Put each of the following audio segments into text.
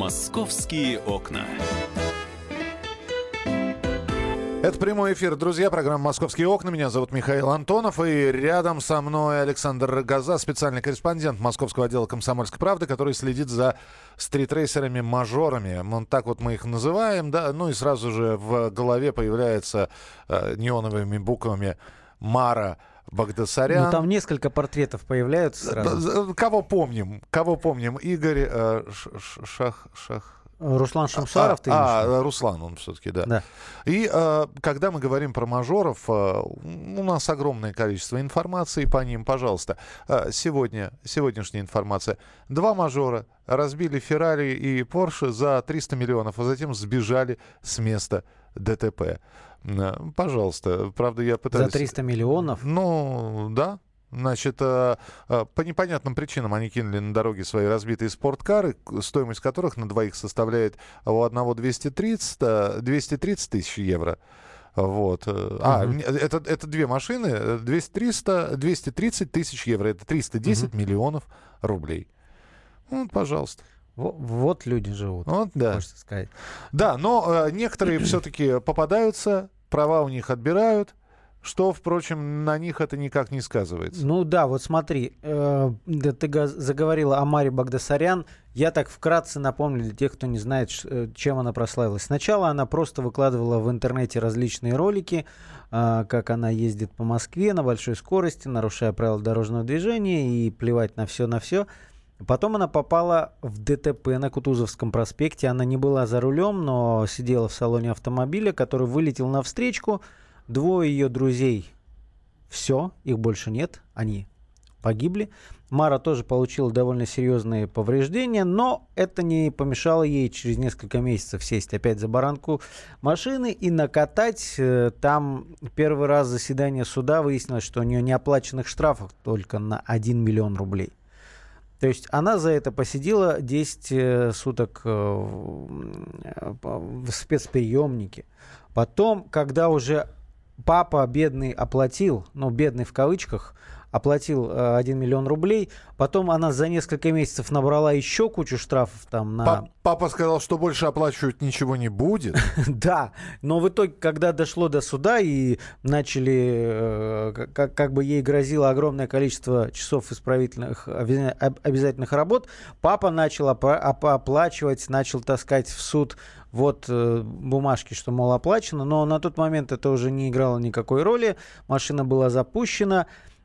«Московские окна». Это прямой эфир, друзья, программа «Московские окна». Меня зовут Михаил Антонов, и рядом со мной Александр Рогоза, специальный корреспондент московского отдела «Комсомольской правды», который следит за стритрейсерами-мажорами. Так вот мы их называем, да, ну и сразу же в голове появляется неоновыми буквами Мара Багдасарян. Ну, там несколько портретов появляются сразу. Кого помним? Игорь Руслан Шамшаров, ты имеешь? Руслан он все-таки, да. Да. И когда мы говорим про мажоров, у нас огромное количество информации по ним. Пожалуйста, сегодняшняя информация. 2 мажора разбили Феррари и Порше за 300 миллионов, а затем сбежали с места ДТП. Пожалуйста, правда, я пытаюсь... За 300 миллионов? Ну, да. Значит, по непонятным причинам они кинули на дороге свои разбитые спорткары, стоимость которых на двоих составляет у одного 230 тысяч евро. Вот. Это 2 машины, 230 тысяч евро. Это 310 миллионов рублей. Вот, пожалуйста. Вот люди живут, вот, да. можно сказать. Да, но некоторые все-таки попадаются, права у них отбирают. Что, впрочем, на них это никак не сказывается. Ну да, вот смотри, ты заговорила о Маре Багдасарян. Я так вкратце напомню для тех, кто не знает, чем она прославилась. Сначала она просто выкладывала в интернете различные ролики, как она ездит по Москве на большой скорости, нарушая правила дорожного движения и плевать на все, на все. Потом она попала в ДТП на Кутузовском проспекте. Она не была за рулем, но сидела в салоне автомобиля, который вылетел навстречу. 2 ее друзей, все, их больше нет, они погибли. Мара тоже получила довольно серьезные повреждения, но это не помешало ей через несколько месяцев сесть опять за баранку машины и накатать. Там первый раз заседание суда выяснилось, что у нее неоплаченных штрафов только на 1 миллион рублей. То есть она за это посидела 10 суток в спецприемнике. Потом, когда уже папа бедный оплатил, ну, бедный в кавычках, оплатил 1 миллион рублей. Потом она за несколько месяцев набрала еще кучу штрафов. Там, на... Папа сказал, что больше оплачивать ничего не будет. Да, но в итоге, когда дошло до суда и начали, как бы ей грозило огромное количество часов исправительных обязательных работ, папа начал оплачивать, начал таскать в суд бумажки, что, мол, оплачено. Но на тот момент это уже не играло никакой роли. Машина была запущена.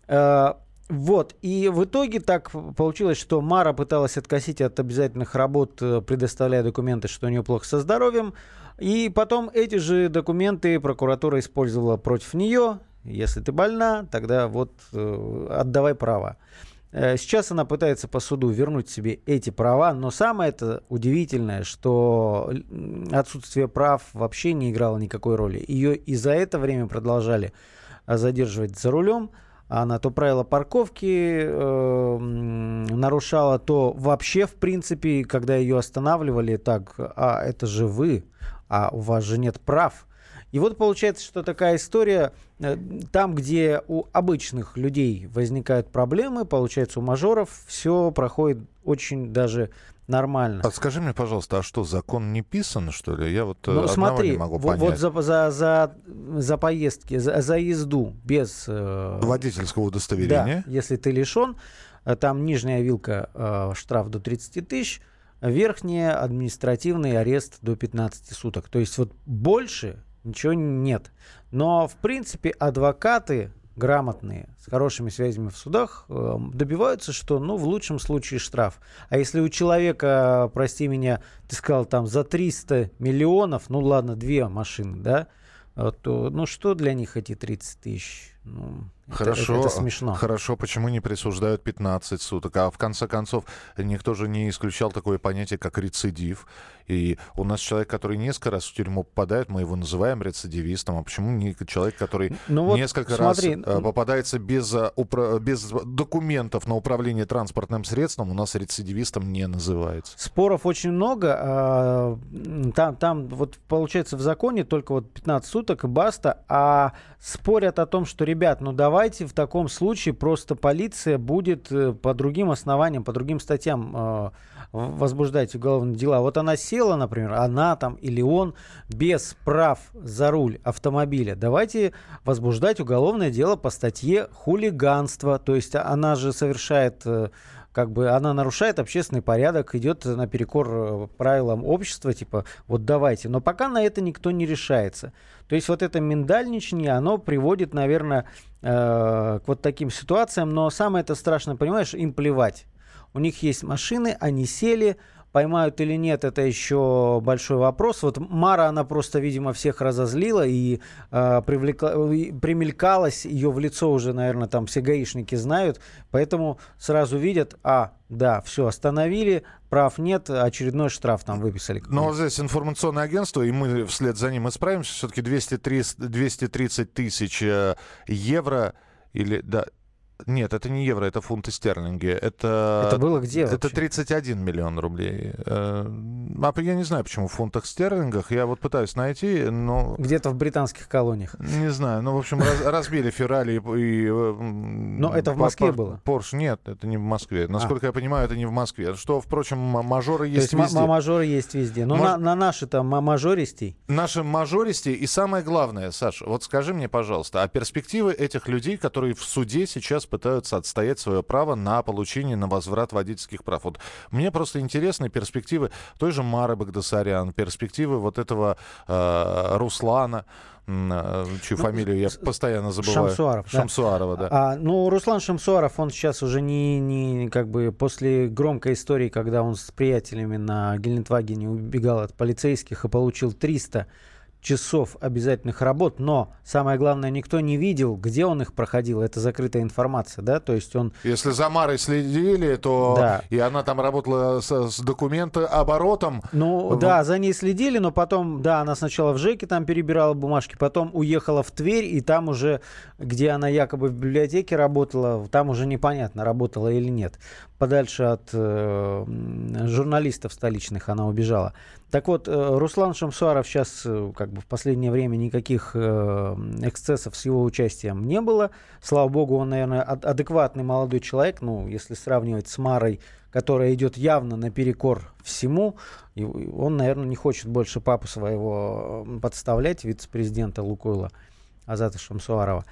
И в итоге так получилось, что Мара пыталась откосить от обязательных работ, предоставляя документы, что у нее плохо со здоровьем. И потом эти же документы прокуратура использовала против нее. Если ты больна, тогда отдавай права. Сейчас она пытается по суду вернуть себе эти права, но самое это удивительное, что отсутствие прав вообще не играло никакой роли. Ее и за это время продолжали задерживать за рулем. Она то правила парковки нарушала, то вообще, в принципе, когда ее останавливали, так, это же вы, а у вас же нет прав. И вот получается, что такая история, там, где у обычных людей возникают проблемы, получается, у мажоров все проходит очень даже нормально. Скажи мне, пожалуйста, а что, закон не писан, что ли? Я смотри, не могу понять. За поездки, за езду без... водительского удостоверения. Да, если ты лишен, там нижняя вилка штраф до 30 тысяч, верхняя административный арест до 15 суток. То есть больше ничего нет. Но, в принципе, адвокаты грамотные, с хорошими связями в судах, добиваются, что, в лучшем случае штраф. А если у человека, прости меня, ты сказал, там за 300 миллионов, ладно, 2 машины, да, то, что для них эти 30 тысяч? Хорошо, это смешно. Хорошо, почему не присуждают 15 суток? А в конце концов, никто же не исключал такое понятие, как рецидив. И у нас человек, который несколько раз в тюрьму попадает, мы его называем рецидивистом. А почему не человек, который несколько раз попадается без документов на управление транспортным средством, у нас рецидивистом не называется? Споров очень много. Там получается в законе только 15 суток и баста. А спорят о том, что ребят, ну давайте в таком случае просто полиция будет по другим основаниям, по другим статьям возбуждать уголовные дела. Вот она села, например, она там или он без прав за руль автомобиля. Давайте возбуждать уголовное дело по статье хулиганство. То есть она же совершает... она нарушает общественный порядок, идет наперекор правилам общества, типа, вот давайте. Но пока на это никто не решается. То есть вот это миндальничание, оно приводит, наверное, к вот таким ситуациям. Но самое это страшное, понимаешь, им плевать. У них есть машины, они сели, поймают или нет, это еще большой вопрос. Вот Мара, она просто, видимо, всех разозлила и примелькалась, ее в лицо уже, наверное, там все гаишники знают, поэтому сразу видят, да, все, остановили, прав нет, очередной штраф там выписали. Но здесь информационное агентство, и мы вслед за ним исправимся, все-таки 230 тысяч евро или... да. Нет, это не евро, это фунты стерлинги. Это было где вообще? Это 31 миллион рублей. Я не знаю, почему в фунтах стерлингах. Я вот пытаюсь найти, но... Где-то в британских колониях. Не знаю. Ну, в общем, разбили Феррари и... Но это в Москве было? Порш. Нет, это не в Москве. Насколько я понимаю, это не в Москве. Что, впрочем, мажоры есть везде. То есть мажоры есть везде. Но на наши-то мажористей. Наши мажористей. И самое главное, Саша, вот скажи мне, пожалуйста, а перспективы этих людей, которые в суде сейчас пытаются отстоять свое право на получение, на возврат водительских прав. Вот мне просто интересны перспективы той же Мары Багдасарян, перспективы вот этого Руслана, чью фамилию я постоянно забываю. Шамсуарова, да. Руслан Шамсуаров, он сейчас уже не как бы после громкой истории, когда он с приятелями на Гелендвагене убегал от полицейских и получил 300 часов обязательных работ, но самое главное, никто не видел, где он их проходил. Это закрытая информация, да, то есть он... Если за Марой следили, то да. И она там работала с документооборотом. Да, за ней следили, но потом, да, она сначала в ЖЭКе там перебирала бумажки, потом уехала в Тверь, и там уже, где она якобы в библиотеке работала, там уже непонятно, работала или нет. Подальше от журналистов столичных она убежала. Так вот, Руслан Шамсуаров сейчас, как бы в последнее время никаких эксцессов с его участием не было. Слава богу, он, наверное, адекватный молодой человек, если сравнивать с Марой, которая идет явно наперекор всему. И он, наверное, не хочет больше папу своего подставлять, вице-президента «Лукойла» Азата Шамсуарова.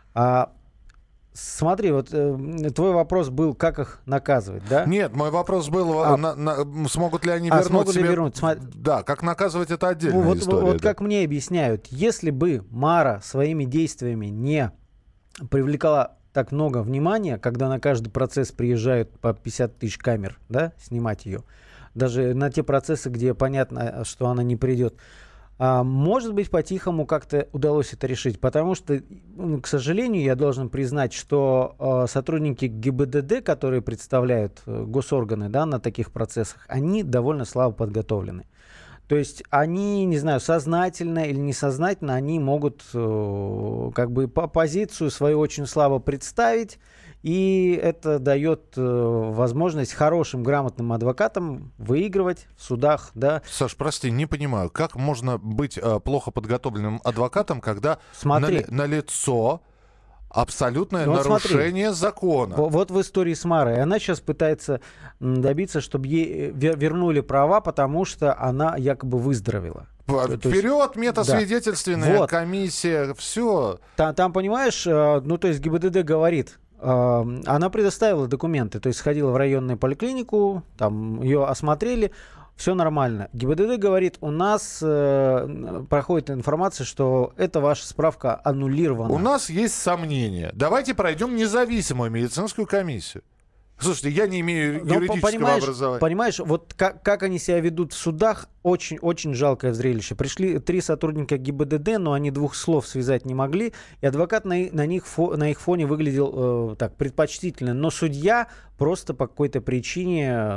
Смотри, вот твой вопрос был, как их наказывать, да? Нет, мой вопрос был, смогут ли они вернуть смогут себе... ли вернуть? Да, как наказывать, это отдельная история. Вот как мне объясняют, если бы Мара своими действиями не привлекала так много внимания, когда на каждый процесс приезжают по 50 тысяч камер, да, снимать ее, даже на те процессы, где понятно, что она не придет, может быть, по-тихому как-то удалось это решить, потому что, к сожалению, я должен признать, что сотрудники ГИБДД, которые представляют госорганы, да, на таких процессах, они довольно слабо подготовлены. То есть они, не знаю, сознательно или несознательно, они могут как бы позицию свою очень слабо представить, и это дает возможность хорошим, грамотным адвокатам выигрывать в судах. Да. Саш, прости, не понимаю, как можно быть плохо подготовленным адвокатом, когда налицо абсолютное нарушение закона? Вот в истории с Марой. Она сейчас пытается добиться, чтобы ей вернули права, потому что она якобы выздоровела. Вперед, метасвидетельственная комиссия, все. Там, понимаешь, то есть ГИБДД говорит, она предоставила документы, то есть сходила в районную поликлинику, там ее осмотрели, все нормально. ГИБДД говорит, у нас проходит информация, что эта ваша справка аннулирована. У нас есть сомнения. Давайте пройдем независимую медицинскую комиссию. Слушайте, я не имею юридического образования. Понимаешь, вот как они себя ведут в судах, очень-очень жалкое зрелище. Пришли 3 сотрудника ГИБДД, но они 2 слов связать не могли, и адвокат на их фоне выглядел так предпочтительно. Но судья просто по какой-то причине,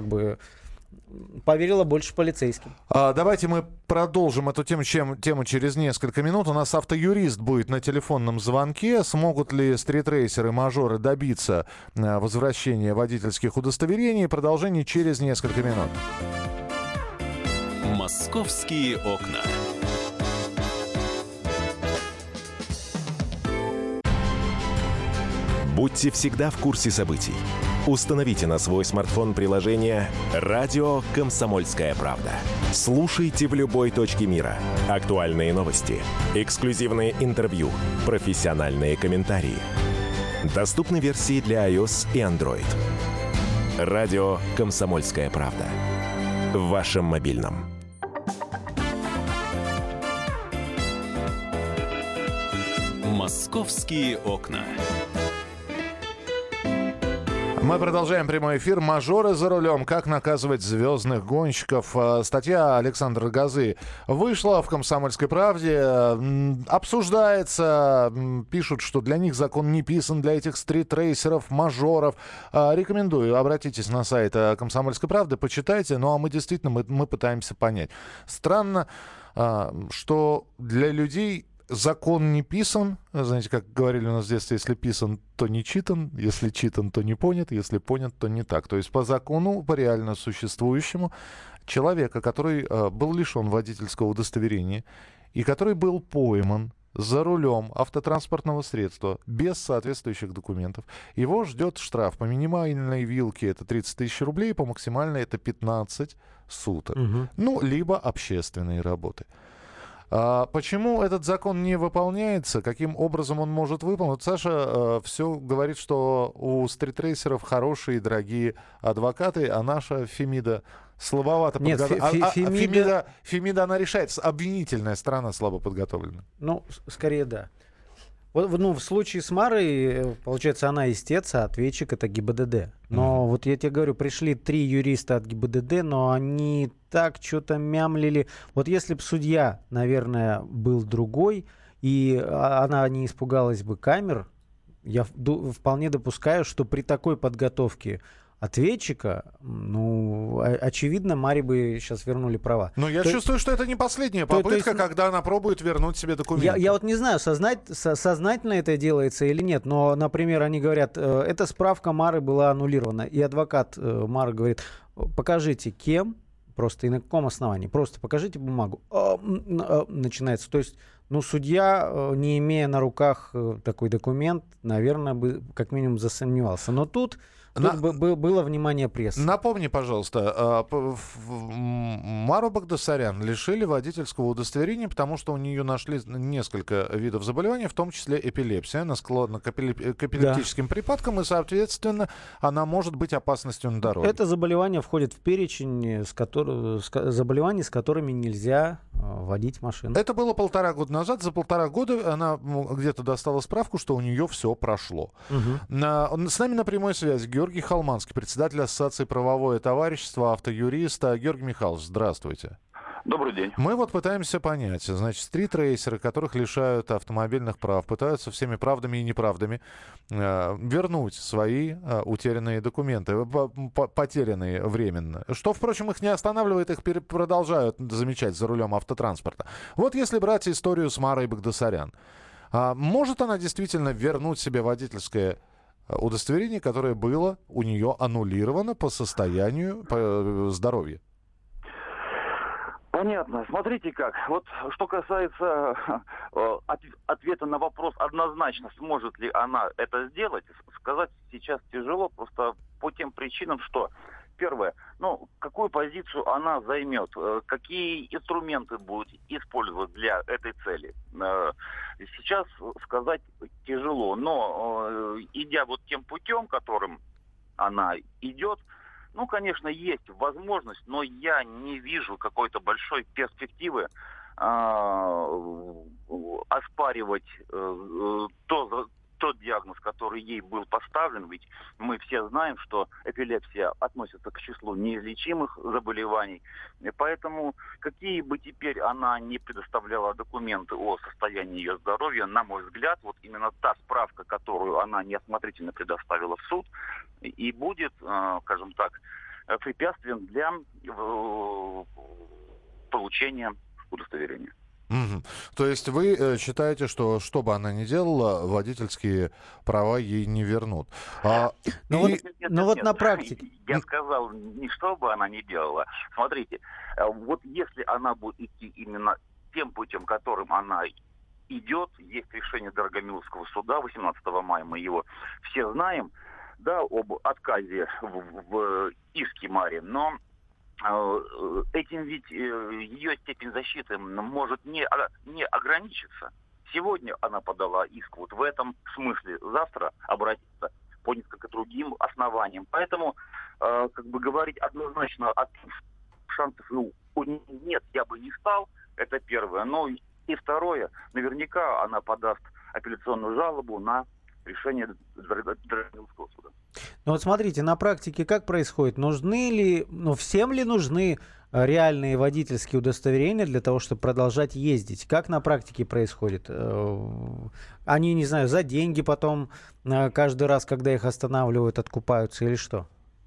поверила больше полицейским. Давайте мы продолжим эту тему через несколько минут. У нас автоюрист будет на телефонном звонке. Смогут ли стритрейсеры, мажоры добиться возвращения водительских удостоверений? Продолжение через несколько минут. «Московские окна». Будьте всегда в курсе событий. Установите на свой смартфон приложение «Радио Комсомольская правда». Слушайте в любой точке мира. Актуальные новости, эксклюзивные интервью, профессиональные комментарии. Доступны версии для iOS и Android. «Радио Комсомольская правда». В вашем мобильном. «Московские окна». Мы продолжаем прямой эфир. Мажоры за рулем. Как наказывать звездных гонщиков? Статья Александра Гозы вышла в «Комсомольской правде». Обсуждается. Пишут, что для них закон не писан, для этих стритрейсеров, мажоров. Рекомендую. Обратитесь на сайт «Комсомольской правды», почитайте. Ну, а мы действительно мы пытаемся понять. Странно, что для людей закон не писан. Знаете, как говорили у нас в детстве, если писан, то не читан, если читан, то не понят, если понят, то не так. То есть по закону, по реально существующему, человека, который был лишен водительского удостоверения и который был пойман за рулем автотранспортного средства без соответствующих документов, его ждет штраф. По минимальной вилке это 30 тысяч рублей, по максимальной это 15 суток. Ну, либо общественные работы. Почему этот закон не выполняется? Каким образом он может выполнить? Саша все говорит, что у стритрейсеров хорошие, дорогие адвокаты, а наша Фемида слабовато подготовлена. Фемида, она решает. Обвинительная сторона слабо подготовлена. Ну, скорее да. Ну, в случае с Марой, получается, она истец, а ответчик — это ГИБДД. Но вот я тебе говорю, пришли 3 юриста от ГИБДД, но они так что-то мямлили. Вот если бы судья, наверное, был другой, и она не испугалась бы камер, я вполне допускаю, что при такой подготовке ответчика, ну, очевидно, Маре бы сейчас вернули права. Но я чувствую, что это не последняя попытка, когда она пробует вернуть себе документы. Я вот не знаю, сознательно это делается или нет, но, например, они говорят, эта справка Мары была аннулирована, и адвокат Мары говорит, покажите, кем, просто и на каком основании, просто покажите бумагу. Начинается, то есть, ну, судья, не имея на руках такой документ, наверное, бы как минимум засомневался. Но тут было внимание прессы. Напомни, пожалуйста, Мару Багдасарян лишили водительского удостоверения, потому что у нее нашли несколько видов заболеваний, в том числе эпилепсия. Она склонна к эпилептическим припадкам, и, соответственно, она может быть опасностью на дороге. Это заболевание входит в перечень заболеваний, с которыми нельзя водить машину. Это было 1,5 года назад. За 1,5 года она где-то достала справку, что у нее все прошло. С нами на прямой связи Георгий Холманский, председатель Ассоциации «Правовое товарищество», автоюриста. Георгий Михайлович, здравствуйте. Добрый день. Мы вот пытаемся понять, значит, стритрейсеры, которых лишают автомобильных прав, пытаются всеми правдами и неправдами вернуть свои утерянные документы, потерянные временно. Что, впрочем, их не останавливает, их продолжают замечать за рулем автотранспорта. Вот если брать историю с Марой Багдасарян, может она действительно вернуть себе водительское удостоверение, которое было у нее аннулировано по состоянию здоровья? Понятно. Смотрите как. Вот что касается ответа на вопрос однозначно, сможет ли она это сделать, сказать сейчас тяжело, просто по тем причинам, что первое, ну, какую позицию она займет, какие инструменты будет использовать для этой цели. Сейчас сказать тяжело, но идя вот тем путем, которым она идет, ну, конечно, есть возможность, но я не вижу какой-то большой перспективы оспаривать тот диагноз, который ей был поставлен. Ведь мы все знаем, что эпилепсия относится к числу неизлечимых заболеваний. И поэтому, какие бы теперь она не предоставляла документы о состоянии ее здоровья, на мой взгляд, вот именно та справка, которую она неосмотрительно предоставила в суд, и будет, скажем так, препятствием для получения удостоверения. То есть вы считаете, что бы она ни делала, водительские права ей не вернут? Нет, на практике. Я сказал, не что бы она ни делала. Смотрите, вот если она будет идти именно тем путем, которым она идет, есть решение Дорогомиловского суда 18 мая, мы его все знаем, да, об отказе в иске Мари, но этим ведь ее степень защиты может не ограничиться. Сегодня она подала иск вот в этом смысле, завтра обратится по несколько другим основаниям. Поэтому, как бы говорить однозначно от шансов нет, я бы не стал, это первое. Но и второе, наверняка она подаст апелляционную жалобу на решение Дорогомиловского суда. Ну вот смотрите, на практике как происходит? Нужны ли, всем ли нужны реальные водительские удостоверения для того, чтобы продолжать ездить? Как на практике происходит? Они, не знаю, за деньги потом каждый раз, когда их останавливают, откупаются или что?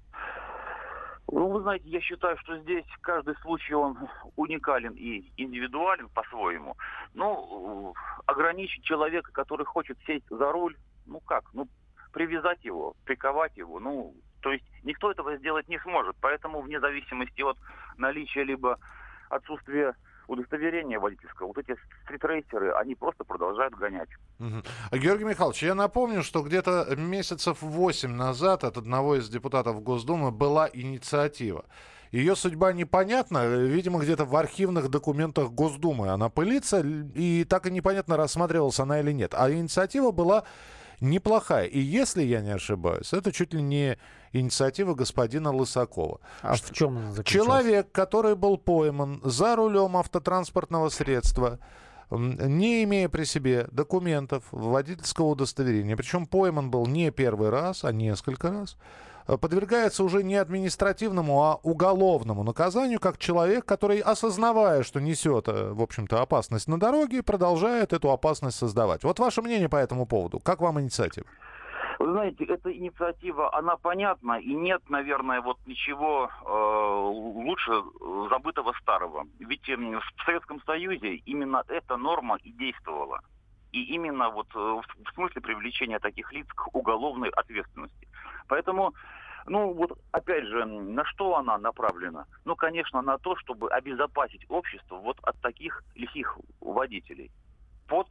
Ну, вы знаете, я считаю, что здесь каждый случай, он уникален и индивидуален по-своему. Ну, ограничить человека, который хочет сесть за руль, привязать его, приковать его, то есть никто этого сделать не сможет. Поэтому вне зависимости от наличия либо отсутствия удостоверения водительского, вот эти стритрейсеры, они просто продолжают гонять. Георгий Михайлович, я напомню, что где-то месяцев 8 назад от одного из депутатов Госдумы была инициатива. Ее судьба непонятна, видимо, где-то в архивных документах Госдумы она пылится, и так и непонятно, рассматривалась она или нет. А инициатива была неплохая. И если я не ошибаюсь, это чуть ли не инициатива господина Лысакова. А в чем она заключалась? Человек, который был пойман за рулем автотранспортного средства, не имея при себе документов, водительского удостоверения, причем пойман был не первый раз, а несколько раз, подвергается уже не административному, а уголовному наказанию, как человек, который, осознавая, что несет, в общем-то, опасность на дороге, продолжает эту опасность создавать. Вот ваше мнение по этому поводу. Как вам инициатива? Вы знаете, эта инициатива, она понятна, и нет, наверное, вот ничего лучше забытого старого. Ведь в Советском Союзе именно эта норма и действовала. И именно вот в смысле привлечения таких лиц к уголовной ответственности. Поэтому, опять же, на что она направлена? Конечно, на то, чтобы обезопасить общество вот от таких лихих водителей. Под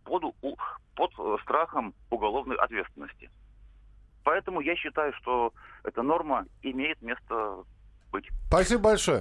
страхом уголовной ответственности. Поэтому я считаю, что эта норма имеет место быть. Спасибо большое.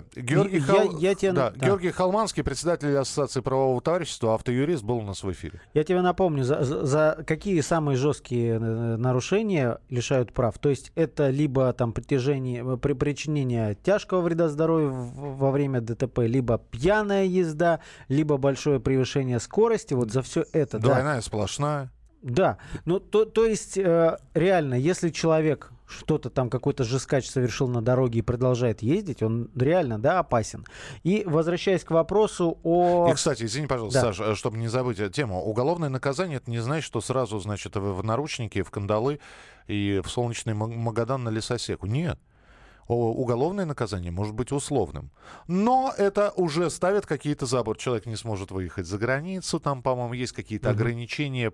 Георгий Холманский, председатель Ассоциации правового товарищества, автоюрист, был у нас в эфире. Я тебе напомню, за какие самые жесткие нарушения лишают прав. То есть это либо там причинение тяжкого вреда здоровью во время ДТП, либо пьяная езда, либо большое превышение скорости. Вот за все это. Двойная, сплошная. Да. То есть реально, если человек что-то там, какой-то жесткач совершил на дороге и продолжает ездить, он реально, опасен. И возвращаясь к вопросу о... И, кстати, извини, пожалуйста, Саша, чтобы не забыть тему. Уголовное наказание — это не значит, что сразу, в наручники, в кандалы и в солнечный Магадан на лесосеку. Нет. Уголовное наказание может быть условным. Но это уже ставит какие-то заборы. Человек не сможет выехать за границу. Там, по-моему, есть какие-то ограничения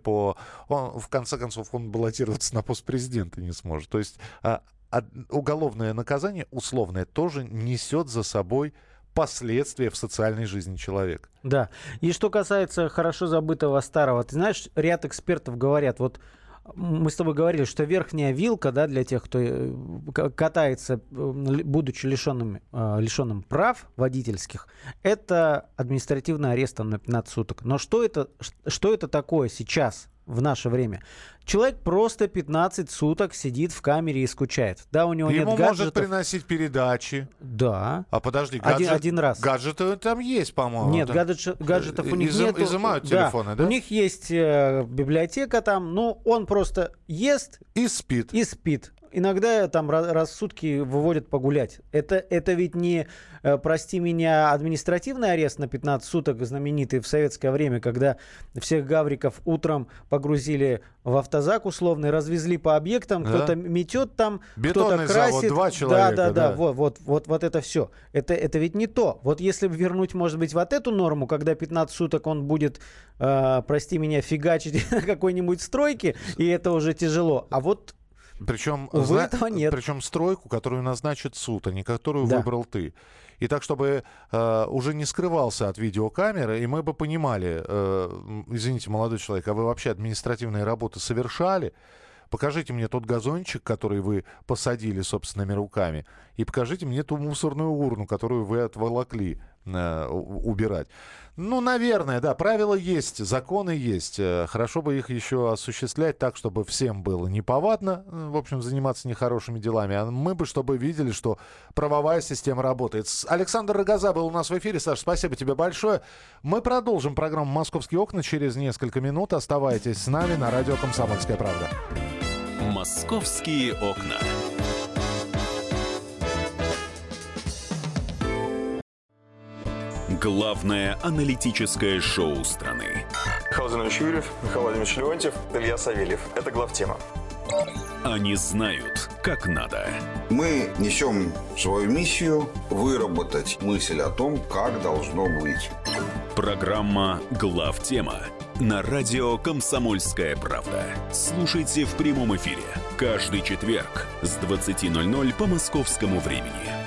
в конце концов, он баллотироваться на пост президента не сможет. То есть уголовное наказание, условное, тоже несет за собой последствия в социальной жизни человека. Да. И что касается хорошо забытого старого, ты знаешь, ряд экспертов говорят, мы с тобой говорили, что верхняя вилка, для тех, кто катается, будучи лишенным прав водительских, это административный арест на 15 суток. Но что это такое сейчас, в наше время? Человек просто 15 суток сидит в камере и скучает. Да, у него Ему нет гаджетов. может приносить передачи. Да. А подожди, один раз. Гаджеты там есть, по-моему. Нет, гаджетов у них нет. Изымают телефоны, да? У них есть библиотека там, он просто ест и спит. Иногда там раз в сутки выводят погулять. Это ведь не, прости меня, административный арест на 15 суток, знаменитый в советское время, когда всех гавриков утром погрузили в автозак условный, развезли по объектам, кто-то метет там, бетонный кто-то красит. Завод, 2 человека. Да. Вот это все. Это ведь не то. Вот если вернуть, может быть, вот эту норму, когда 15 суток он будет, прости меня, фигачить на какой-нибудь стройке, и это уже тяжело. А вот Причем, увы, этого нет. Причем стройку, которую назначит суд, а не которую выбрал ты. И так, чтобы уже не скрывался от видеокамеры, и мы бы понимали, извините, молодой человек, а вы вообще административные работы совершали? Покажите мне тот газончик, который вы посадили собственными руками, и покажите мне ту мусорную урну, которую вы отволокли убирать. Ну, наверное, да, правила есть, законы есть. Хорошо бы их еще осуществлять так, чтобы всем было неповадно, в общем, заниматься нехорошими делами. А мы бы, чтобы видели, что правовая система работает. Александр Рогоза был у нас в эфире. Саш, спасибо тебе большое. Мы продолжим программу «Московские окна» через несколько минут. Оставайтесь с нами на радио «Комсомольская правда». «Московские окна». Главное аналитическое шоу страны. Михаил Владимирович Юрьев, Михаил Владимирович Леонтьев, Илья Савельев. Это главтема. Они знают, как надо. Мы несем свою миссию выработать мысль о том, как должно быть. Программа «Главтема» на радио «Комсомольская правда». Слушайте в прямом эфире каждый четверг с 20:00 по московскому времени.